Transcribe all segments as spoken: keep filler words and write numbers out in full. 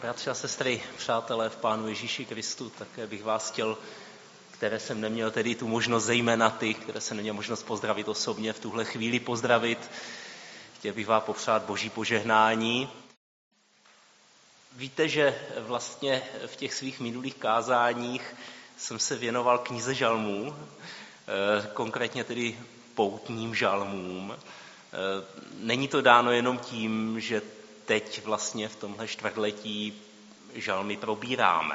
Bratři a sestry, přátelé v Pánu Ježíši Kristu, také bych vás chtěl, které jsem neměl tedy tu možnost, zejména ty, které jsem neměl možnost pozdravit osobně, v tuhle chvíli pozdravit. Chtěl bych vám popřát Boží požehnání. Víte, že vlastně v těch svých minulých kázáních jsem se věnoval knize žalmů, konkrétně tedy poutním žalmům. Není to dáno jenom tím, že teď vlastně v tomhle čtvrtletí žalmy probíráme.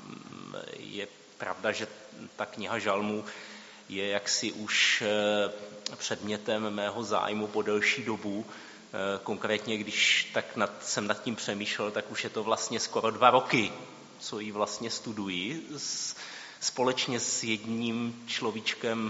Je pravda, že ta kniha žalmů je jaksi už předmětem mého zájmu po delší dobu. Konkrétně, když tak nad, jsem nad tím přemýšlel, tak už je to vlastně skoro dva roky, co ji vlastně studuji. Společně s jedním človíčkem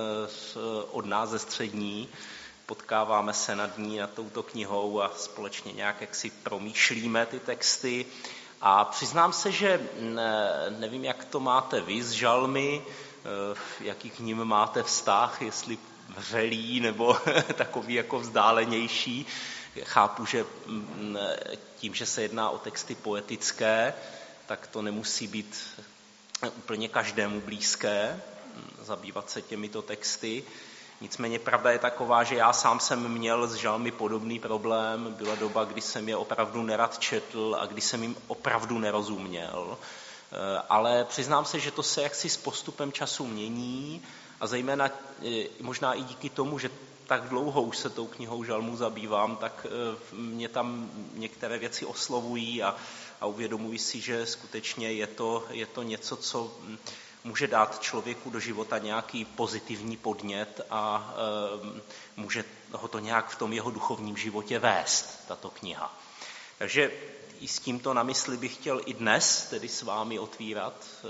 od nás ze střední potkáváme se nad ní, nad touto knihou a společně nějak jak si promýšlíme ty texty. A přiznám se, že nevím, jak to máte vy s žalmy, jaký k nim máte vztah, jestli vřelý nebo takový jako vzdálenější. Chápu, že tím, že se jedná o texty poetické, tak to nemusí být úplně každému blízké zabývat se těmito texty. Nicméně pravda je taková, že já sám jsem měl s žalmy podobný problém. Byla doba, kdy jsem je opravdu nerad četl a kdy jsem jim opravdu nerozuměl. Ale přiznám se, že to se jaksi s postupem času mění a zejména možná i díky tomu, že tak dlouho už se tou knihou žalmů zabývám, tak mě tam některé věci oslovují a, a uvědomuji si, že skutečně je to, je to něco, co může dát člověku do života nějaký pozitivní podnět a e, může ho to nějak v tom jeho duchovním životě vést, tato kniha. Takže i s tímto na mysli bych chtěl i dnes tedy s vámi otvírat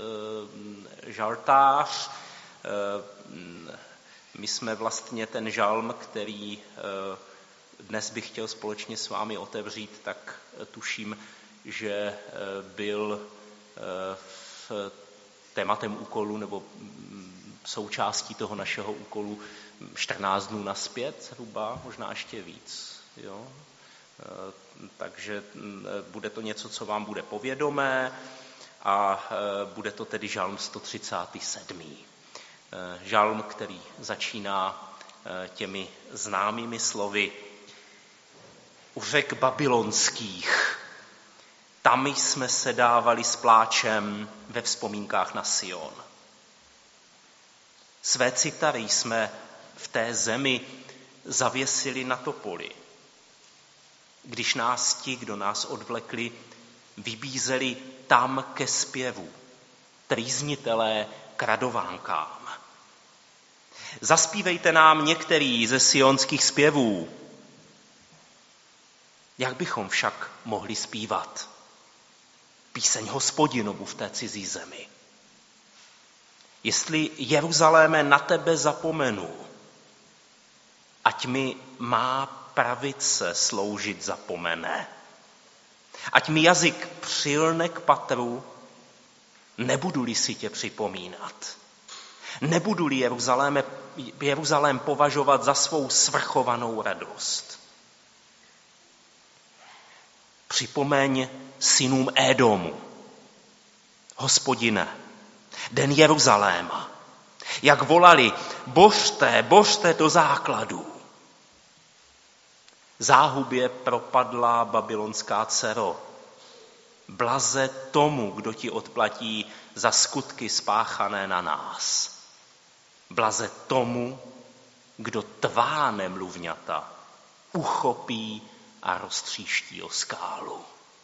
e, žaltář. E, my jsme vlastně ten žalm, který e, dnes bych chtěl společně s vámi otevřít, tak tuším, že e, byl e, v tématem úkolu nebo součástí toho našeho úkolu čtrnáct dnů nazpět zhruba, možná ještě víc. Jo? Takže bude to něco, co vám bude povědomé a bude to tedy žalm sto třicátý sedmý Žalm, který začíná těmi známými slovy: u řek babylonských tam jsme se dávali s pláčem ve vzpomínkách na Sion. Své citary jsme v té zemi zavěsili na topoli. Když nás ti, kdo nás odvlekli, vybízeli tam ke zpěvu, trýznitelé k radovánkám. Zaspívejte nám některý ze sionských zpěvů. Jak bychom však mohli zpívat píseň Hospodinovu v té cizí zemi? Jestli, Jeruzaléme, na tebe zapomenu, ať mi má pravice sloužit zapomene. Ať mi jazyk přilne k patru, nebudu-li si tě připomínat. Nebudu-li Jeruzaléme, Jeruzalém považovat za svou svrchovanou radost. Připomeň synům Édomu, Hospodine, den Jeruzaléma, jak volali: bořte, bořte do základů. Záhubě propadla babylonská dcero. Blaze tomu, kdo ti odplatí za skutky spáchané na nás. Blaze tomu, kdo tvá nemluvňata uchopí a roztříští o skálu.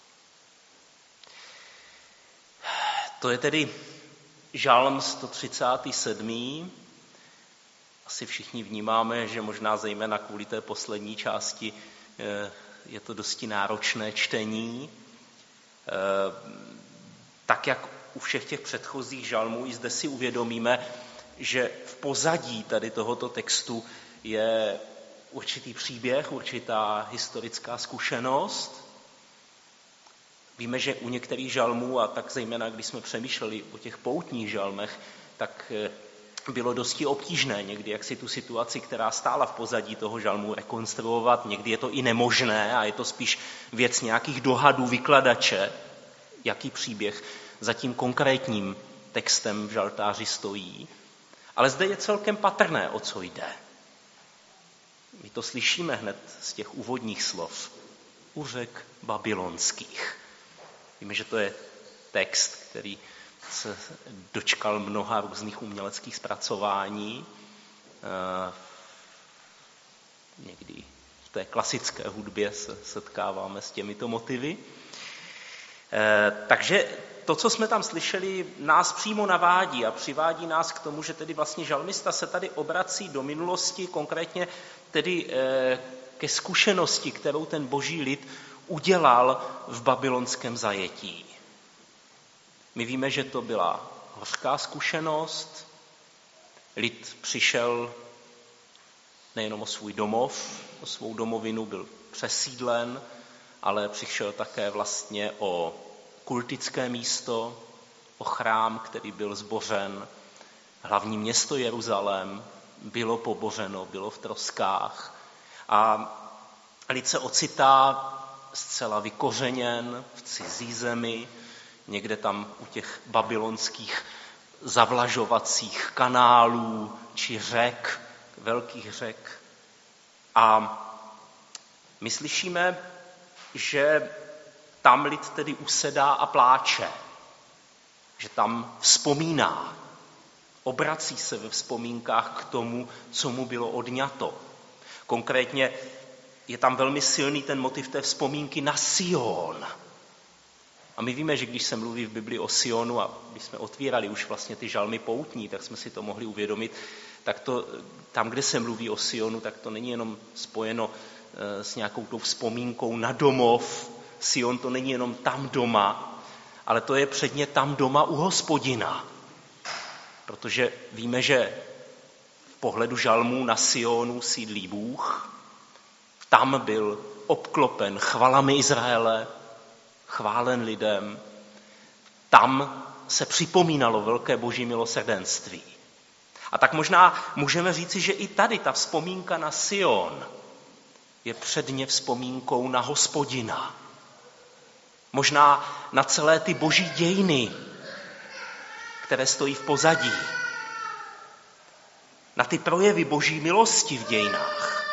To je tedy žalm sto třicátý sedmý Asi všichni vnímáme, že možná zejména kvůli té poslední části je to dosti náročné čtení. Tak jak u všech těch předchozích žalmů, i zde si uvědomíme, že v pozadí tady tohoto textu je určitý příběh, určitá historická zkušenost. Víme, že u některých žalmů, a tak zejména když jsme přemýšleli o těch poutních žalmech, tak bylo dosti obtížné někdy, jak si tu situaci, která stála v pozadí toho žalmu, rekonstruovat. Někdy je to i nemožné a je to spíš věc nějakých dohadů vykladače. jaký příběh za tím konkrétním textem v žaltáři stojí. Ale zde je celkem patrné, o co jde. My to slyšíme hned z těch úvodních slov. U řek babylonských. Víme, že to je text, který se dočkal mnoha různých uměleckých zpracování. Někdy v té klasické hudbě se setkáváme s těmito motivy. Takže to, co jsme tam slyšeli, nás přímo navádí a přivádí nás k tomu, že tedy vlastně žalmista se tady obrací do minulosti, konkrétně tedy ke zkušenosti, kterou ten boží lid udělal v babylonském zajetí. My víme, že to byla hořká zkušenost. Lid přišel nejenom o svůj domov, o svou domovinu, byl přesídlen, ale přišel také vlastně o kultické místo, o chrám, který byl zbořen. Hlavní město Jeruzalém bylo pobořeno, bylo v troskách. A lid se ocitá zcela vykořeněn v cizí zemi, někde tam u těch babylonských zavlažovacích kanálů či řek, velkých řek. A my slyšíme, že tam lid tedy usedá a pláče, že tam vzpomíná, obrací se ve vzpomínkách k tomu, co mu bylo odňato. Konkrétně je tam velmi silný ten motiv té vzpomínky na Sion. A my víme, že když se mluví v Biblii o Sionu, a když jsme otvírali už vlastně ty žalmy poutní, tak jsme si to mohli uvědomit, tak to, tam, kde se mluví o Sionu, tak to není jenom spojeno e, s nějakou tou vzpomínkou na domov. Sion to není jenom tam doma, ale to je předně tam doma u Hospodina. Protože víme, že v pohledu žalmů na Sionu sídlí Bůh. Tam byl obklopen chvalami Izraele, chválen lidem. Tam se připomínalo velké boží milosrdenství. A tak možná můžeme říci, že i tady ta vzpomínka na Sion je předně vzpomínkou na Hospodina. Možná na celé ty boží dějiny, které stojí v pozadí. Na ty projevy boží milosti v dějinách.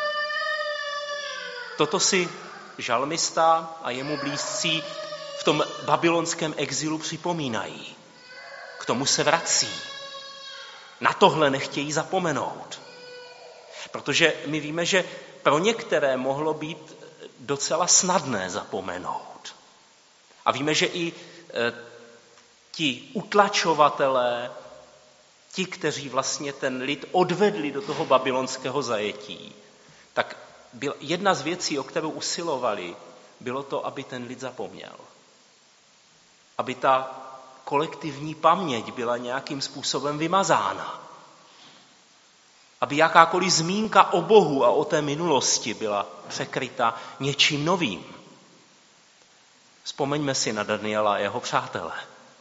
Toto si žalmista a jemu blízcí v tom babylonském exilu připomínají. K tomu se vrací. Na tohle nechtějí zapomenout. Protože my víme, že pro některé mohlo být docela snadné zapomenout. A víme, že i e, ti utlačovatelé, ti, kteří vlastně ten lid odvedli do toho babylonského zajetí, tak byl, jedna z věcí, o kterou usilovali, bylo to, aby ten lid zapomněl. Aby ta kolektivní paměť byla nějakým způsobem vymazána. Aby jakákoliv zmínka o Bohu a o té minulosti byla překryta něčím novým. Vzpomeňme si na Daniela a jeho přátele.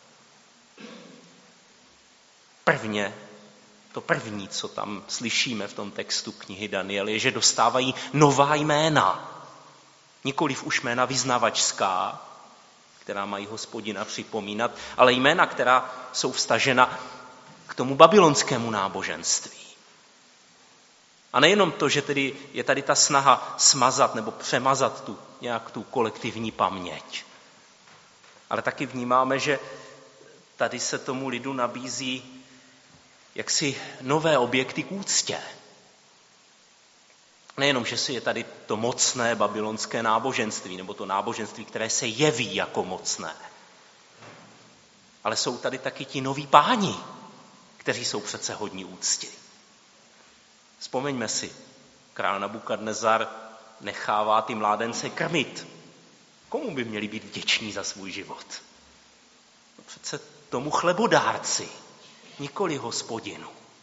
Prvně, to první, co tam slyšíme v tom textu knihy Daniel, je, že dostávají nová jména. Nikoliv už jména vyznavačská, která mají Hospodina připomínat, ale jména, která jsou vztažena k tomu babylonskému náboženství. A nejenom to, že tedy je tady ta snaha smazat nebo přemazat tu, nějak tu kolektivní paměť, ale taky vnímáme, že tady se tomu lidu nabízí jaksi nové objekty k úctě. Nejenom, že si je tady to mocné babylonské náboženství, nebo to náboženství, které se jeví jako mocné. Ale jsou tady taky ti noví páni, kteří jsou přece hodní úcty. Vzpomeňme si, král Nabukadnezar nechává ty mládence krmit. Komu by měli být vděční za svůj život? No přece tomu chlebodárci, nikoli Hospodinu.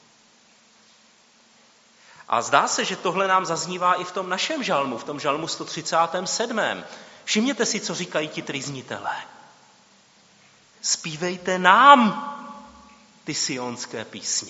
A zdá se, že tohle nám zaznívá i v tom našem žalmu, v tom žalmu sto třicátém sedmém Všimněte si, co říkají ti tryznitelé. Zpívejte nám ty sionské písně.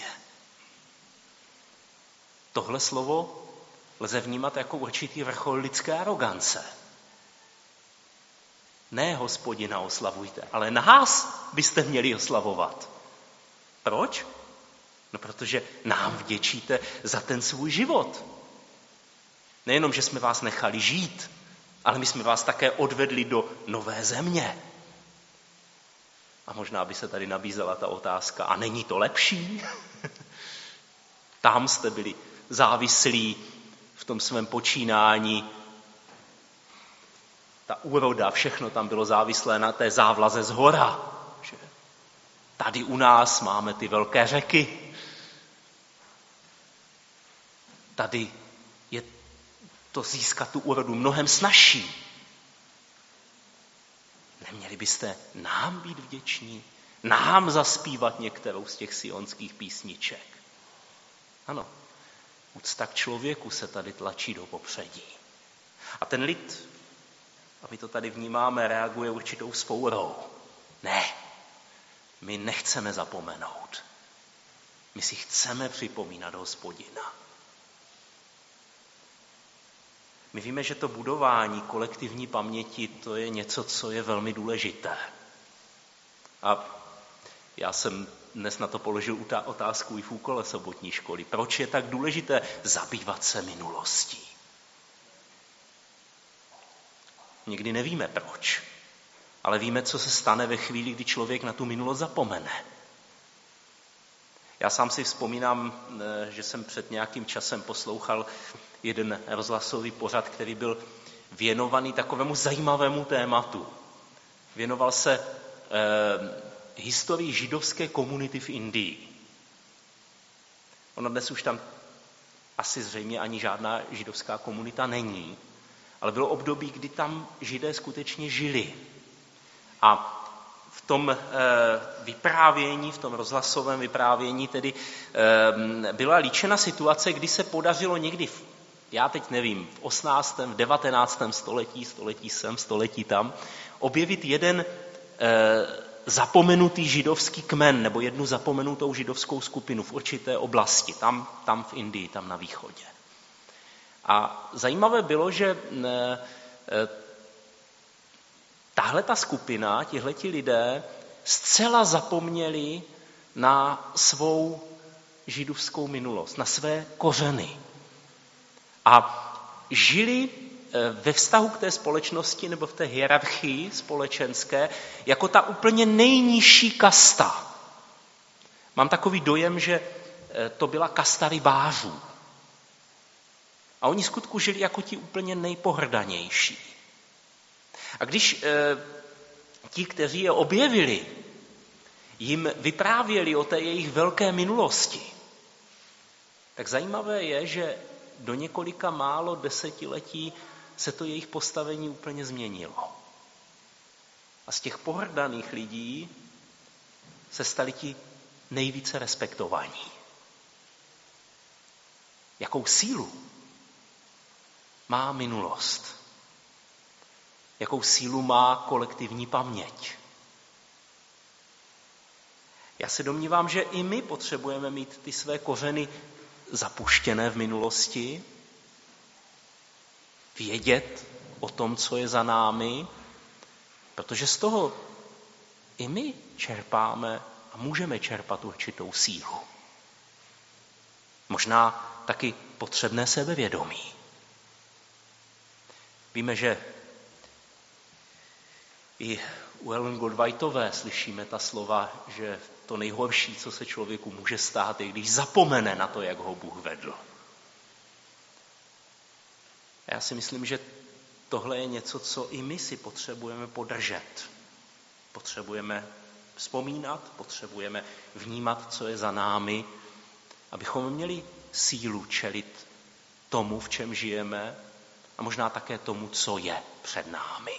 Tohle slovo lze vnímat jako určitý vrchol lidské arogance. Ne Hospodina oslavujte, ale nás byste měli oslavovat. Proč? No protože nám vděčíte za ten svůj život. Nejenom, že jsme vás nechali žít, ale my jsme vás také odvedli do nové země. A možná by se tady nabízela ta otázka, a není to lepší? Tam jste byli závislí v tom svém počínání. Ta úroda, všechno tam bylo závislé na té závlaze z hora. Že? Tady u nás máme ty velké řeky. Tady je to získat tu úrodu mnohem snazší. Neměli byste nám být vděční? Nám zaspívat některou z těch sionských písniček? Ano, úcta k člověku se tady tlačí do popředí. A ten lid, a my to tady vnímáme, reaguje určitou vzpourou. Ne, my nechceme zapomenout. My si chceme připomínat Hospodina. My víme, že to budování kolektivní paměti, to je něco, co je velmi důležité. A já jsem dnes na to položil otázku i v úkole sobotní školy. Proč je tak důležité zabývat se minulostí? Někdy nevíme proč, ale víme, co se stane ve chvíli, kdy člověk na tu minulost zapomene. Já sám si vzpomínám, že jsem před nějakým časem poslouchal jeden rozhlasový pořad, který byl věnovaný takovému zajímavému tématu. Věnoval se eh, historii židovské komunity v Indii. Ono dnes už tam asi zřejmě ani žádná židovská komunita není, ale bylo období, kdy tam Židé skutečně žili. A v tom e, vyprávění, v tom rozhlasovém vyprávění tedy e, byla líčena situace, kdy se podařilo někdy, v, já teď nevím, v osmnáctém, v devatenáctém století, století sem, století tam, objevit jeden e, zapomenutý židovský kmen nebo jednu zapomenutou židovskou skupinu v určité oblasti, tam, tam v Indii, tam na východě. A zajímavé bylo, že e, e, tahle ta skupina, tihleti lidé, zcela zapomněli na svou židovskou minulost, na své kořeny. A žili ve vztahu k té společnosti nebo v té hierarchii společenské jako ta úplně nejnižší kasta. Mám takový dojem, že to byla kasta rybářů. A oni skutku žili jako ti úplně nejpohrdanější. A když e, ti, kteří je objevili, jim vyprávěli o té jejich velké minulosti, tak zajímavé je, že do několika málo desetiletí se to jejich postavení úplně změnilo. A z těch pohrdaných lidí se stali ti nejvíce respektovaní. Jakou sílu má minulost? Jakou sílu má kolektivní paměť? Já se domnívám, že i my potřebujeme mít ty své kořeny zapuštěné v minulosti, vědět o tom, co je za námi, protože z toho i my čerpáme a můžeme čerpat určitou sílu. Možná taky potřebné sebevědomí. Víme, že i u Ellen Goldwhiteové slyšíme ta slova, že to nejhorší, co se člověku může stát, je, když zapomene na to, jak ho Bůh vedl. A já si myslím, že tohle je něco, co i my si potřebujeme podržet. Potřebujeme vzpomínat, potřebujeme vnímat, co je za námi, abychom měli sílu čelit tomu, v čem žijeme, a možná také tomu, co je před námi.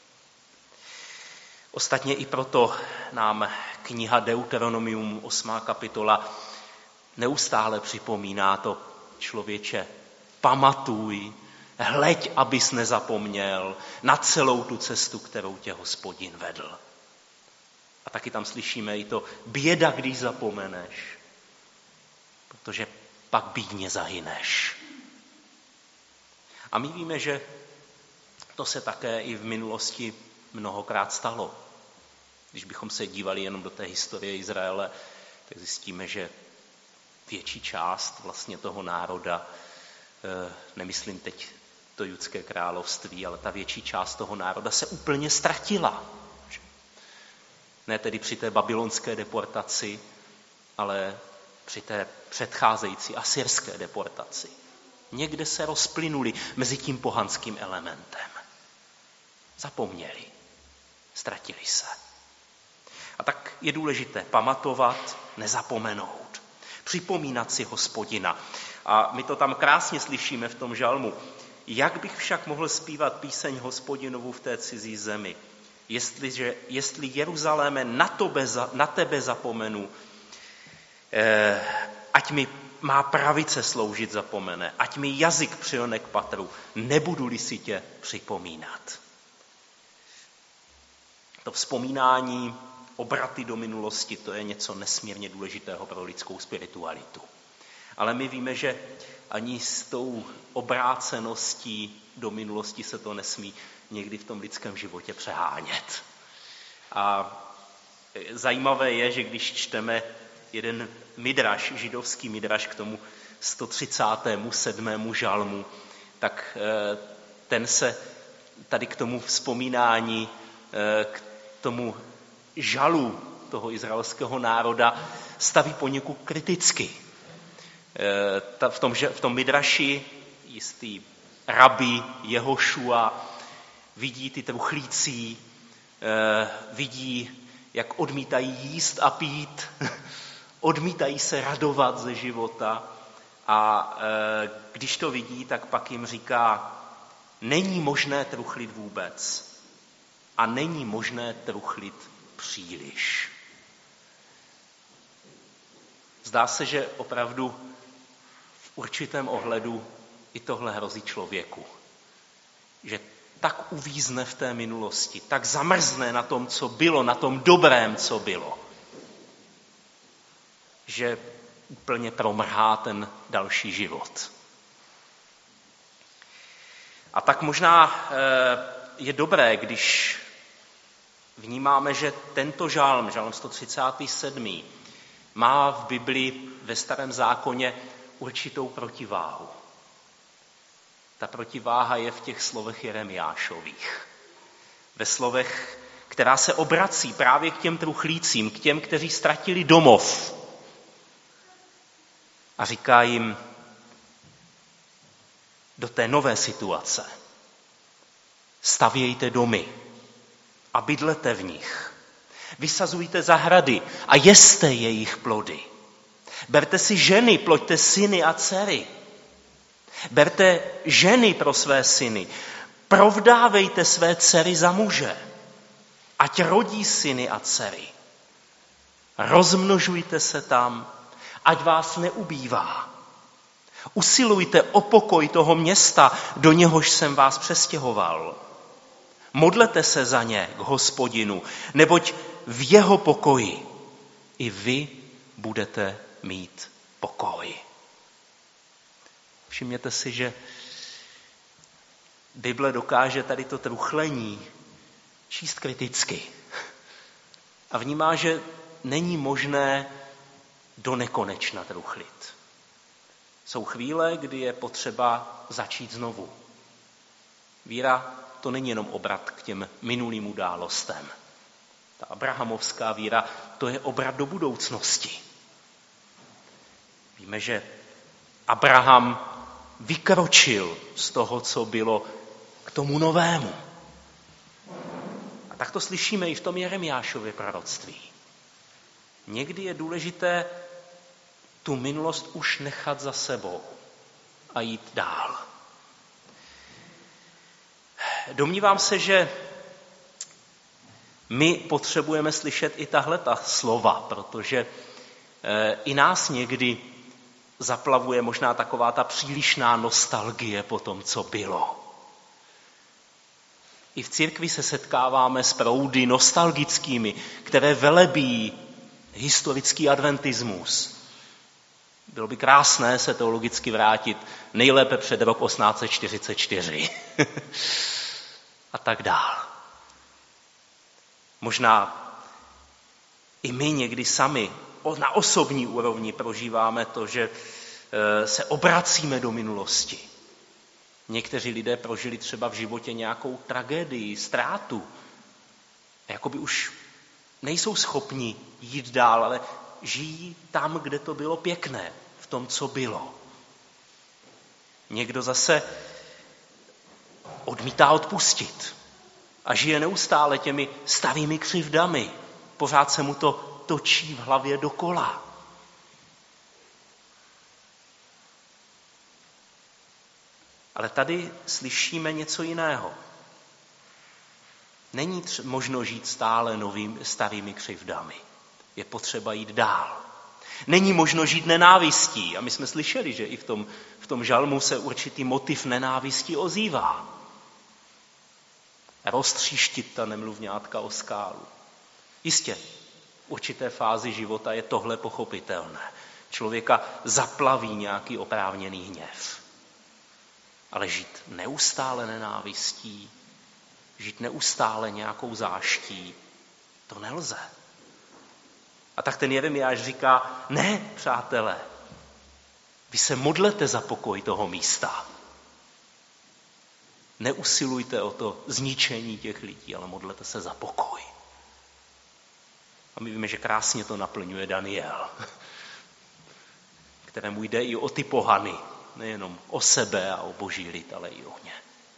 Ostatně i proto nám kniha Deuteronomium, osmá kapitola, neustále připomíná to: člověče, pamatuj, hleď, abys nezapomněl na celou tu cestu, kterou tě Hospodin vedl. A taky tam slyšíme i to: běda, když zapomeneš, protože pak bídně zahyneš. A my víme, že to se také i v minulosti mnohokrát stalo. Když bychom se dívali jenom do té historie Izraele, tak zjistíme, že větší část vlastně toho národa, nemyslím teď to judské království, ale ta větší část toho národa se úplně ztratila. Ne tedy při té babylonské deportaci, ale při té předcházející asyrské deportaci. Někde se rozplynuli mezi tím pohanským elementem. Zapomněli, ztratili se. A tak je důležité pamatovat, nezapomenout, připomínat si Hospodina. A my to tam krásně slyšíme v tom žalmu. Jak bych však mohl zpívat píseň Hospodinovu v té cizí zemi? Jestliže, jestli Jeruzaléme na, tobe, na tebe zapomenu, eh, ať mi má pravice sloužit zapomene, ať mi jazyk přilne k patru, nebudu-li si tě připomínat. To vzpomínání, obraty do minulosti, to je něco nesmírně důležitého pro lidskou spiritualitu. Ale my víme, že ani s tou obráceností do minulosti se to nesmí někdy v tom lidském životě přehánět. A zajímavé je, že když čteme jeden midraš, židovský midraš k tomu sto třicátému sedmému žalmu, tak ten se tady k tomu vzpomínání, k tomu žalu toho izraelského národa staví poněkud kriticky. V tom, v tom midraši jistý rabi Jehošua vidí ty truchlící, vidí, jak odmítají jíst a pít, odmítají se radovat ze života a když to vidí, tak pak jim říká, není možné truchlit vůbec a není možné truchlit příliš. Zdá se, že opravdu v určitém ohledu i tohle hrozí člověku. Že tak uvízne v té minulosti, tak zamrzne na tom, co bylo, na tom dobrém, co bylo, že úplně promrhá ten další život. A tak možná je dobré, když vnímáme, že tento žalm, žalm sto třicátý sedmý, má v Biblii ve Starém zákoně určitou protiváhu. Ta protiváha je v těch slovech Jeremiášových. Ve slovech, která se obrací právě k těm truchlícím, k těm, kteří ztratili domov. A říká jim do té nové situace. Stavějte domy a bydlete v nich. Vysazujte zahrady a jeste jejich plody. Berte si ženy, ploďte syny a dcery. Berte ženy pro své syny. Provdávejte své dcery za muže. Ať rodí syny a dcery. Rozmnožujte se tam, ať vás neubývá. Usilujte o pokoj toho města, do něhož jsem vás přestěhoval. Modlete se za ně k Hospodinu, neboť v jeho pokoji i vy budete mít pokoj. Všimněte si, že Bible dokáže tady to truchlení číst kriticky. A vnímá, že není možné do nekonečna truchlit. Jsou chvíle, kdy je potřeba začít znovu. Víra to není jenom obrat k těm minulým událostem. Ta abrahamovská víra, to je obrat do budoucnosti. Víme, že Abraham vykročil z toho, co bylo, k tomu novému. A tak to slyšíme i v tom Jeremiášově proroctví. Někdy je důležité tu minulost už nechat za sebou a jít dál. Domnívám se, že my potřebujeme slyšet i tahleta slova, protože i nás někdy zaplavuje možná taková ta přílišná nostalgie po tom, co bylo. I v církvi se setkáváme s proudy nostalgickými, které velebí historický adventismus. Bylo by krásné se teologicky vrátit nejlépe před rok osmnáct set čtyřicet čtyři. A tak dál. Možná i my někdy sami na osobní úrovni prožíváme to, že se obracíme do minulosti. Někteří lidé prožili třeba v životě nějakou tragédii, ztrátu. A jakoby už nejsou schopni jít dál, ale žijí tam, kde to bylo pěkné, v tom, co bylo. Někdo zase odmítá odpustit a žije neustále těmi starými křivdami. Pořád se mu to točí v hlavě dokola. Ale tady slyšíme něco jiného. Není tř- možno žít stále novými, starými křivdami. Je potřeba jít dál. Není možno žít nenávistí. A my jsme slyšeli, že i v tom, v tom žalmu se určitý motiv nenávisti ozývá. Roztříštit ta nemluvňátka o skálu. Jistě, v určité fázi života je tohle pochopitelné. Člověka zaplaví nějaký oprávněný hněv. Ale žít neustále nenávistí, žít neustále nějakou záští, to nelze. A tak ten Jeremiáš říká, ne, přátelé, vy se modlete za pokoj toho místa. Neusilujte o to zničení těch lidí, ale modlete se za pokoj. A my víme, že krásně to naplňuje Daniel, kterému jde i o ty pohany, nejenom o sebe a o boží lid, ale i o ně.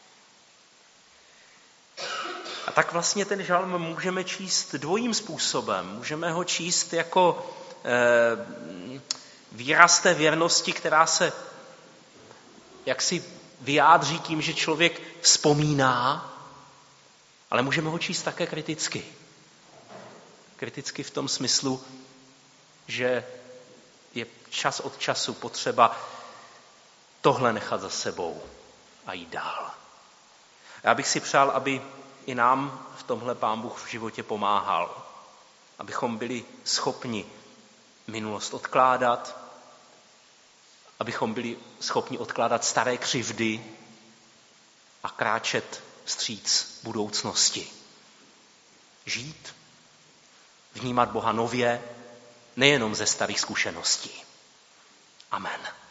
A tak vlastně ten žalm můžeme číst dvojím způsobem. Můžeme ho číst jako eh, výraz té věrnosti, která se jaksi vyjádří tím, že člověk vzpomíná, ale můžeme ho číst také kriticky. Kriticky v tom smyslu, že je čas od času potřeba tohle nechat za sebou a jít dál. Já bych si přál, aby i nám v tomhle Pán Bůh v životě pomáhal. Abychom byli schopni minulost odkládat, abychom byli schopni odkládat staré křivdy a kráčet vstříc budoucnosti. Žít, vnímat Boha nově, nejenom ze starých zkušeností. Amen.